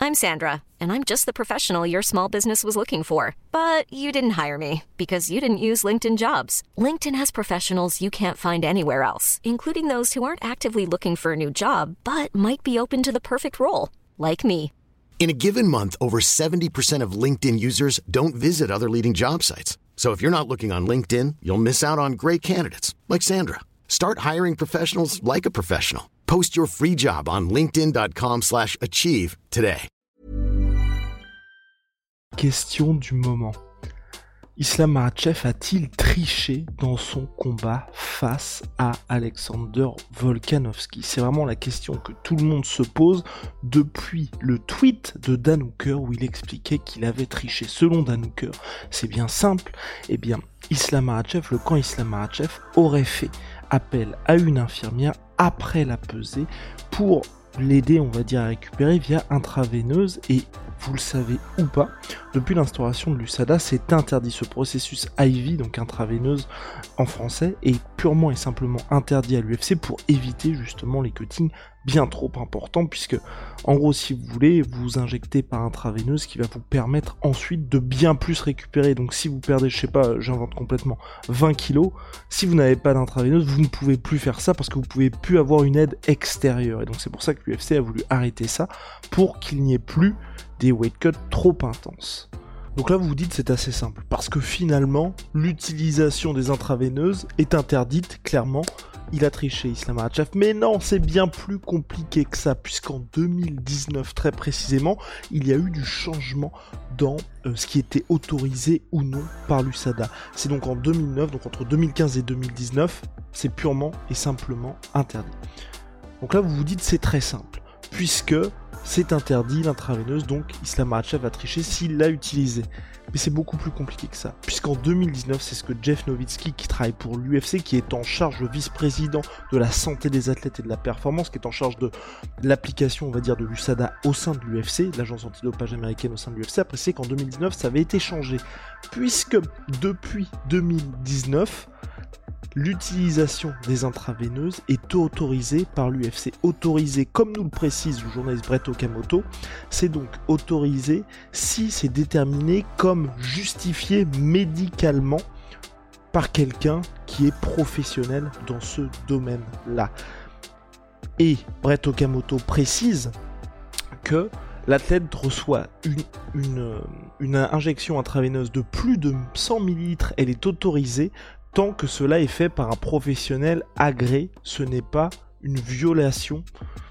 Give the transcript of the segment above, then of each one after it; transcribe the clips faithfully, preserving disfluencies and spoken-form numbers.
I'm Sandra, and I'm just the professional your small business was looking for. But you didn't hire me because you didn't use LinkedIn Jobs. LinkedIn has professionals you can't find anywhere else, including those who aren't actively looking for a new job, but might be open to the perfect role, like me. In a given month, over seventy percent of LinkedIn users don't visit other leading job sites. So if you're not looking on LinkedIn, you'll miss out on great candidates like Sandra. Start hiring professionals like a professional. Post your free job on linkedin.com slash achieve today. Question du moment. Islam Makhachev a-t-il triché dans son combat face à Alexander Volkanovski ? C'est vraiment la question que tout le monde se pose depuis le tweet de Dan Hooker où il expliquait qu'il avait triché. Selon Dan Hooker, c'est bien simple, eh bien Islam Makhachev, le camp Islam Makhachev aurait fait appel à une infirmière après la pesée pour l'aider, on va dire, à récupérer via intraveineuse. Et vous le savez ou pas, depuis l'instauration de l'U S A D A, c'est interdit. Ce processus I V, donc intraveineuse en français, est purement et simplement interdit à l'U F C pour éviter justement les cuttings bien trop importants, puisque en gros, si vous voulez, vous injectez par intraveineuse, ce qui va vous permettre ensuite de bien plus récupérer. Donc si vous perdez, je sais pas, j'invente complètement, vingt kilos, si vous n'avez pas d'intraveineuse, vous ne pouvez plus faire ça parce que vous pouvez plus avoir une aide extérieure. Et donc c'est pour ça que l'U F C a voulu arrêter ça, pour qu'il n'y ait plus des weight cuts trop intenses. Donc là vous vous dites c'est assez simple, parce que finalement l'utilisation des intraveineuses est interdite, clairement, il a triché Islam Makhachev. Mais non, c'est bien plus compliqué que ça, puisqu'en deux mille dix-neuf très précisément, il y a eu du changement dans euh, ce qui était autorisé ou non par l'U S A D A. C'est donc en deux mille neuf, donc entre deux mille quinze et deux mille dix-neuf, c'est purement et simplement interdit. Donc là vous vous dites c'est très simple, puisque c'est interdit l'intraveineuse, donc Islam Makhachev a triché s'il l'a utilisé. Mais c'est beaucoup plus compliqué que ça, puisqu'en deux mille dix-neuf, c'est ce que Jeff Novitzky, qui travaille pour l'U F C, qui est en charge, le vice-président de la santé des athlètes et de la performance, qui est en charge de l'application, on va dire, de l'U S A D A au sein de l'U F C, l'agence antidopage américaine au sein de l'U F C, a précisé qu'en deux mille dix-neuf, ça avait été changé, puisque depuis deux mille dix-neuf, l'utilisation des intraveineuses est autorisée par l'U F C. Autorisée, comme nous le précise le journaliste Brett Okamoto, c'est donc autorisé si c'est déterminé comme justifié médicalement par quelqu'un qui est professionnel dans ce domaine-là. Et Brett Okamoto précise que l'athlète reçoit une, une, une injection intraveineuse de plus de cent millilitres, elle est autorisée tant que cela est fait par un professionnel agréé. Ce n'est pas une violation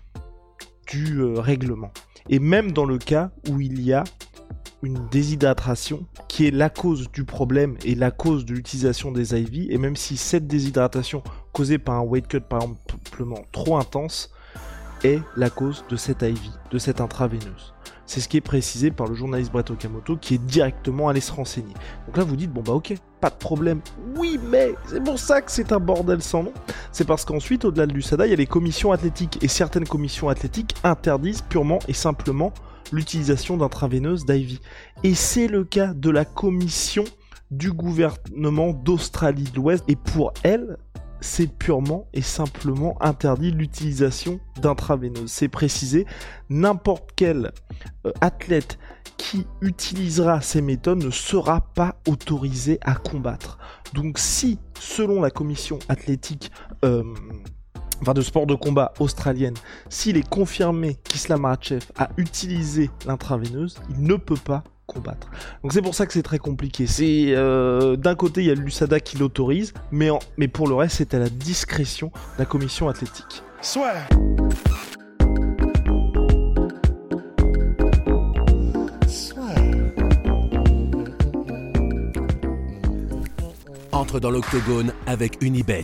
du euh, règlement. Et même dans le cas où il y a une déshydratation qui est la cause du problème et la cause de l'utilisation des I V, et même si cette déshydratation causée par un weight cut par exemple trop intense est la cause de cette I V, de cette intraveineuse. C'est ce qui est précisé par le journaliste Brett Okamoto, qui est directement allé se renseigner. Donc là vous dites, bon bah ok, pas de problème. Oui, mais c'est pour ça que c'est un bordel sans nom. C'est parce qu'ensuite, au-delà de l'U S A D A, il y a les commissions athlétiques. Et certaines commissions athlétiques interdisent purement et simplement l'utilisation d'intraveineuses d'I V. Et c'est le cas de la commission du gouvernement d'Australie de l'Ouest. Et pour elle, c'est purement et simplement interdit l'utilisation d'intraveineuses. C'est précisé, n'importe quel euh, athlète qui utilisera ces méthodes ne sera pas autorisé à combattre. Donc si, selon la commission athlétique, euh, enfin de sport de combat australienne, s'il est confirmé qu'Islam Makhachev a utilisé l'intraveineuse, il ne peut pas combattre. Donc c'est pour ça que c'est très compliqué. C'est euh, d'un côté il y a l'U S A D A qui l'autorise, mais, en, mais pour le reste c'est à la discrétion de la commission athlétique. Soit. Entre dans l'octogone avec Unibet.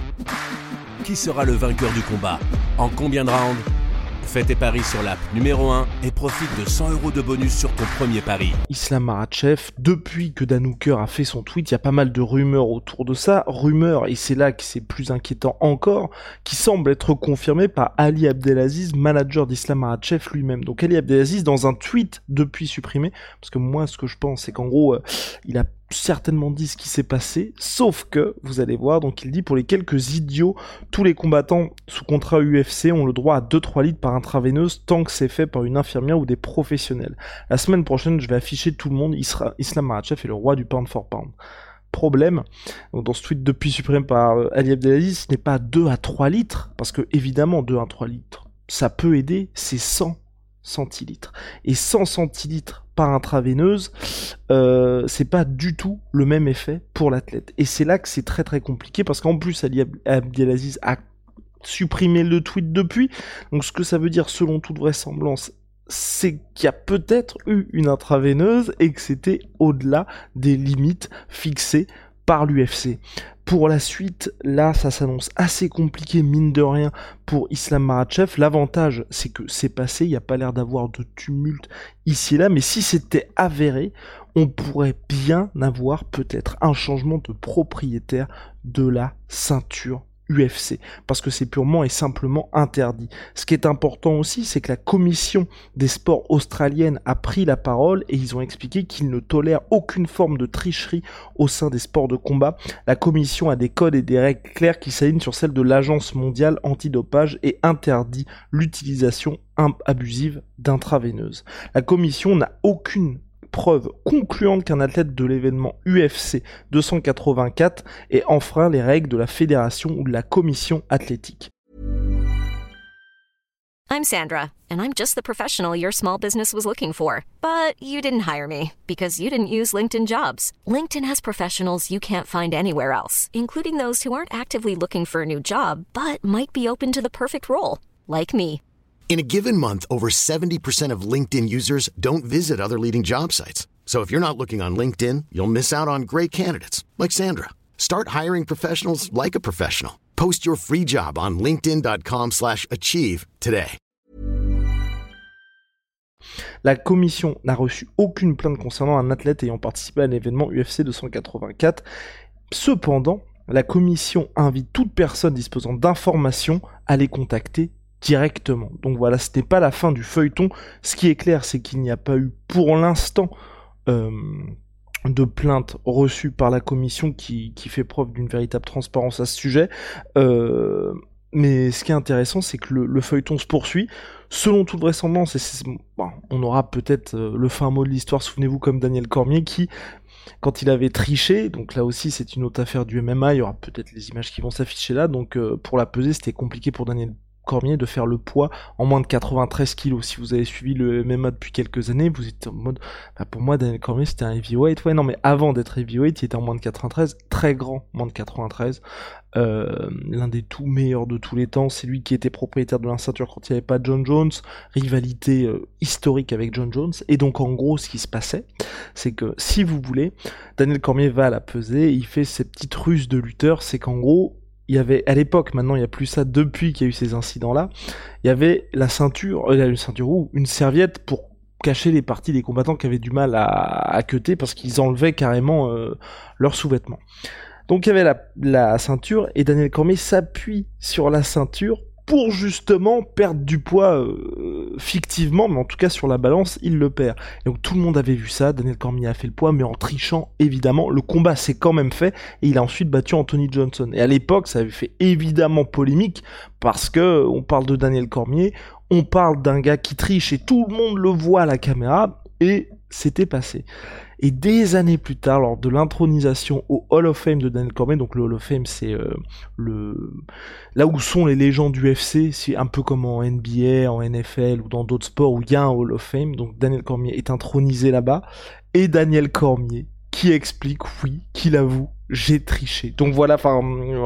Qui sera le vainqueur du combat ? En combien de rounds ? Fais tes paris sur l'app numéro un et profite. profite de cent euros de bonus sur ton premier pari. Islam Makhachev, depuis que Dan Hooker a fait son tweet, il y a pas mal de rumeurs autour de ça, rumeurs, et c'est là que c'est plus inquiétant encore, qui semblent être confirmées par Ali Abdelaziz, manager d'Islam Makhachev lui-même. Donc Ali Abdelaziz, dans un tweet depuis supprimé, parce que moi ce que je pense c'est qu'en gros, euh, il a certainement dit ce qui s'est passé, sauf que, vous allez voir, donc il dit pour les quelques idiots, tous les combattants sous contrat U F C ont le droit à deux trois litres par intraveineuse tant que c'est fait par une infirmière ou des professionnels. La semaine prochaine, je vais afficher tout le monde, Isra- Islam Makhachev est le roi du pound for pound. Problème, donc dans ce tweet depuis supprimé par euh, Ali Abdelaziz, ce n'est pas deux à trois litres, parce que évidemment deux à trois litres, ça peut aider, c'est cent centilitres. Et cent centilitres par intraveineuse, euh, c'est pas du tout le même effet pour l'athlète. Et c'est là que c'est très très compliqué, parce qu'en plus Ali Abdelaziz a supprimé le tweet depuis, donc ce que ça veut dire selon toute vraisemblance, c'est qu'il y a peut-être eu une intraveineuse et que c'était au-delà des limites fixées par l'U F C. Pour la suite, là, ça s'annonce assez compliqué, mine de rien, pour Islam Makhachev. L'avantage, c'est que c'est passé, il n'y a pas l'air d'avoir de tumulte ici et là, mais si c'était avéré, on pourrait bien avoir peut-être un changement de propriétaire de la ceinture U F C, parce que c'est purement et simplement interdit. Ce qui est important aussi, c'est que la commission des sports australienne a pris la parole et ils ont expliqué qu'ils ne tolèrent aucune forme de tricherie au sein des sports de combat. La commission a des codes et des règles claires qui s'alignent sur celles de l'Agence mondiale antidopage et interdit l'utilisation abusive d'intraveineuses. La commission n'a aucune preuve concluante qu'un athlète de l'événement U F C deux cent quatre-vingt-quatre ait enfreint les règles de la fédération ou de la commission athlétique. I'm Sandra, and I'm just the professional your small business was looking for. But you didn't hire me, because you didn't use LinkedIn Jobs. LinkedIn has professionals you can't find anywhere else, including those who aren't actively looking for a new job, but might be open to the perfect role, like me. In a given month, over seventy percent of LinkedIn users don't visit other leading job sites. So if you're not looking on LinkedIn, you'll miss out on great candidates like Sandra. Start hiring professionals like a professional. Post your free job on linkedin.com slash achieve today. La commission n'a reçu aucune plainte concernant un athlète ayant participé à l'événement U F C deux cent quatre-vingt-quatre. Cependant, la commission invite toute personne disposant d'informations à les contacter directement. Donc voilà, ce n'est pas la fin du feuilleton. Ce qui est clair, c'est qu'il n'y a pas eu pour l'instant euh, de plainte reçue par la commission qui, qui fait preuve d'une véritable transparence à ce sujet. Euh, mais ce qui est intéressant, c'est que le, le feuilleton se poursuit. Selon toute vraisemblance, et c'est, bon, on aura peut-être euh, le fin mot de l'histoire, souvenez-vous, comme Daniel Cormier, qui, quand il avait triché, donc là aussi c'est une autre affaire du M M A, il y aura peut-être les images qui vont s'afficher là, donc euh, pour la peser, c'était compliqué pour Daniel Cormier de faire le poids en moins de quatre-vingt-treize kilos. Si vous avez suivi le M M A depuis quelques années, vous êtes en mode, bah pour moi Daniel Cormier c'était un heavyweight. Ouais non mais avant d'être heavyweight, il était en moins de quatre-vingt-treize, très grand, moins de quatre-vingt-treize. Euh, l'un des tout meilleurs de tous les temps, c'est lui qui était propriétaire de la ceinture quand il n'y avait pas John Jones, rivalité euh, historique avec John Jones, et donc en gros ce qui se passait, c'est que si vous voulez, Daniel Cormier va à la pesée, il fait ses petites ruses de lutteur, c'est qu'en gros, il y avait, à l'époque, maintenant il n'y a plus ça depuis qu'il y a eu ces incidents-là, il y avait la ceinture, euh, une ceinture ou une serviette pour cacher les parties des combattants qui avaient du mal à, à cutter parce qu'ils enlevaient carrément euh, leurs sous-vêtements. Donc il y avait la, la ceinture et Daniel Cormier s'appuie sur la ceinture pour justement perdre du poids euh, fictivement, mais en tout cas sur la balance, il le perd. Et donc tout le monde avait vu ça, Daniel Cormier a fait le poids, mais en trichant évidemment. Le combat s'est quand même fait et il a ensuite battu Anthony Johnson. Et à l'époque, ça avait fait évidemment polémique parce que on parle de Daniel Cormier, on parle d'un gars qui triche et tout le monde le voit à la caméra et c'était passé. Et des années plus tard, lors de l'intronisation au Hall of Fame de Daniel Cormier, donc le Hall of Fame c'est euh, le là où sont les légendes du U F C, c'est un peu comme en N B A, en N F L ou dans d'autres sports où il y a un Hall of Fame, donc Daniel Cormier est intronisé là-bas, et Daniel Cormier qui explique, oui, qu'il avoue, j'ai triché. Donc voilà, enfin,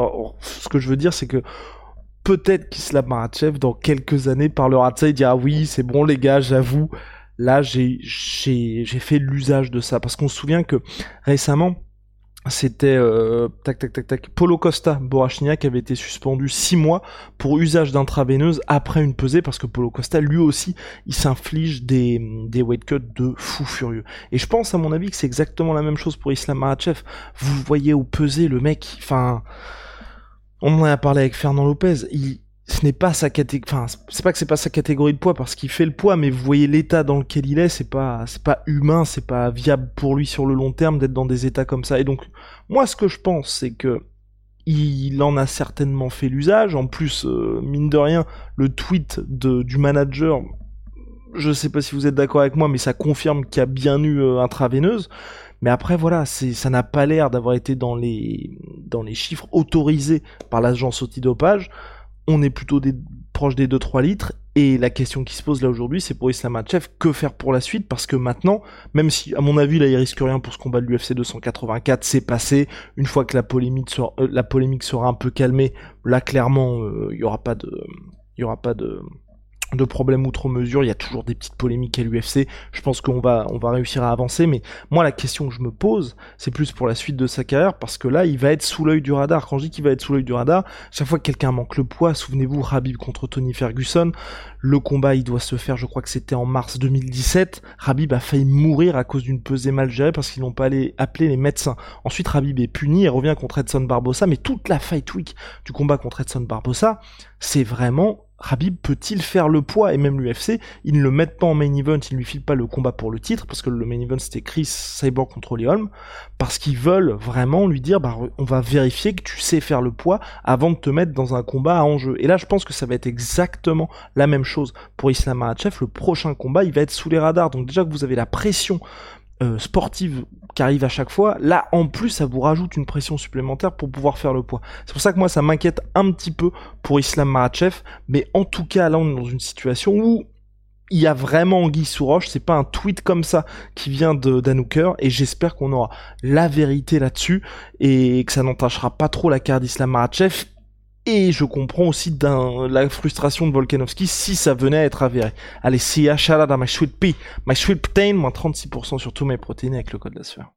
ce que je veux dire c'est que peut-être qu'Islam Makhachev dans quelques années parlera de ça et dira oui, c'est bon les gars, j'avoue. Là, j'ai, j'ai, j'ai fait l'usage de ça. Parce qu'on se souvient que récemment, c'était euh, tac tac tac tac Paulo Costa Borrachignac avait été suspendu six mois pour usage d'intraveineuse après une pesée, parce que Paulo Costa lui aussi il s'inflige des des weight cuts de fou furieux. Et je pense à mon avis que c'est exactement la même chose pour Islam Makhachev. Vous voyez au pesé le mec, enfin on en a parlé avec Fernand Lopez, il ce n'est pas sa catégorie, enfin, c'est pas que c'est pas sa catégorie de poids parce qu'il fait le poids, mais vous voyez l'état dans lequel il est, c'est pas, c'est pas humain, c'est pas viable pour lui sur le long terme d'être dans des états comme ça. Et donc, moi, ce que je pense, c'est que il en a certainement fait l'usage. En plus, euh, mine de rien, le tweet de, du manager, je sais pas si vous êtes d'accord avec moi, mais ça confirme qu'il y a bien eu euh, intraveineuse. Mais après, voilà, c'est, ça n'a pas l'air d'avoir été dans les, dans les chiffres autorisés par l'agence antidopage. On est plutôt des, proche des deux trois litres, et la question qui se pose là aujourd'hui, c'est pour Islam Makhachev, que faire pour la suite, parce que maintenant, même si, à mon avis, là, il risque rien pour ce combat de l'U F C deux cent quatre-vingt-quatre, c'est passé, une fois que la polémique sera, euh, la polémique sera un peu calmée, là, clairement, il euh, y aura pas de, il y aura pas de, de problème outre mesure, il y a toujours des petites polémiques à l'U F C, je pense qu'on va, on va réussir à avancer, mais moi la question que je me pose, c'est plus pour la suite de sa carrière, parce que là, il va être sous l'œil du radar. Quand je dis qu'il va être sous l'œil du radar, chaque fois que quelqu'un manque le poids, souvenez-vous, Khabib contre Tony Ferguson, le combat, il doit se faire, je crois que c'était en mars deux mille dix-sept, Khabib a failli mourir à cause d'une pesée mal gérée, parce qu'ils n'ont pas allé appeler les médecins. Ensuite, Khabib est puni et revient contre Edson Barbosa, mais toute la fight week du combat contre Edson Barbosa, c'est vraiment... Khabib peut-il faire le poids, et même l'U F C, ils ne le mettent pas en main event, ils ne lui filent pas le combat pour le titre, parce que le main event c'était Chris Cyborg contre Holly Holm, parce qu'ils veulent vraiment lui dire, bah, on va vérifier que tu sais faire le poids avant de te mettre dans un combat à enjeu. Et là, je pense que ça va être exactement la même chose pour Islam Makhachev. Le prochain combat, il va être sous les radars, donc déjà que vous avez la pression Euh, sportive qui arrive à chaque fois, là en plus ça vous rajoute une pression supplémentaire pour pouvoir faire le poids. C'est pour ça que moi ça m'inquiète un petit peu pour Islam Makhachev, mais en tout cas là on est dans une situation où il y a vraiment anguille sous roche, c'est pas un tweet comme ça qui vient de d'Ann Hooker, et j'espère qu'on aura la vérité là-dessus et que ça n'entachera pas trop la carrière d'Islam Makhachev. Et je comprends aussi d'un, la frustration de Volkanovski si ça venait à être avéré. Allez, see ya, shout out à my sweet pea, my sweet protein, moins trente-six pour cent sur tous mes protéines avec le code de la sphère.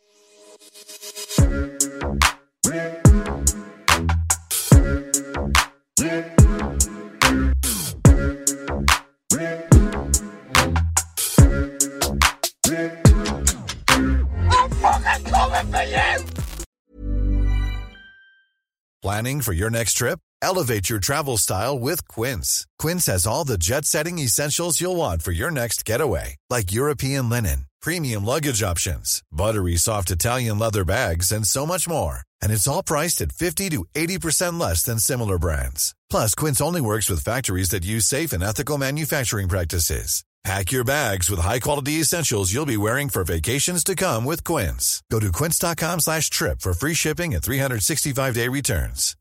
Planning for your next trip? Elevate your travel style with Quince. Quince has all the jet-setting essentials you'll want for your next getaway, like European linen, premium luggage options, buttery soft Italian leather bags, and so much more. And it's all priced at fifty to eighty percent less than similar brands. Plus, Quince only works with factories that use safe and ethical manufacturing practices. Pack your bags with high-quality essentials you'll be wearing for vacations to come with Quince. Go to quince.com slash trip for free shipping and three sixty-five day returns.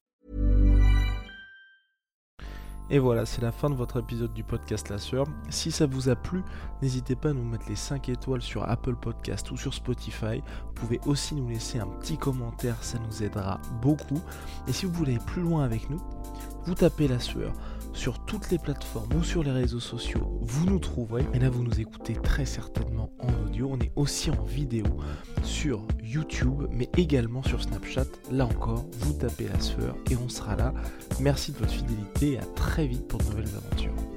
Et voilà, c'est la fin de votre épisode du podcast La Sueur. Si ça vous a plu, n'hésitez pas à nous mettre les cinq étoiles sur Apple Podcast ou sur Spotify. Vous pouvez aussi nous laisser un petit commentaire, ça nous aidera beaucoup. Et si vous voulez aller plus loin avec nous, vous tapez La Sueur sur toutes les plateformes ou sur les réseaux sociaux, vous nous trouverez. Et là, vous nous écoutez très certainement en audio. On est aussi en vidéo sur YouTube, mais également sur Snapchat. Là encore, vous tapez La Sueur et on sera là. Merci de votre fidélité et à très vite pour de nouvelles aventures.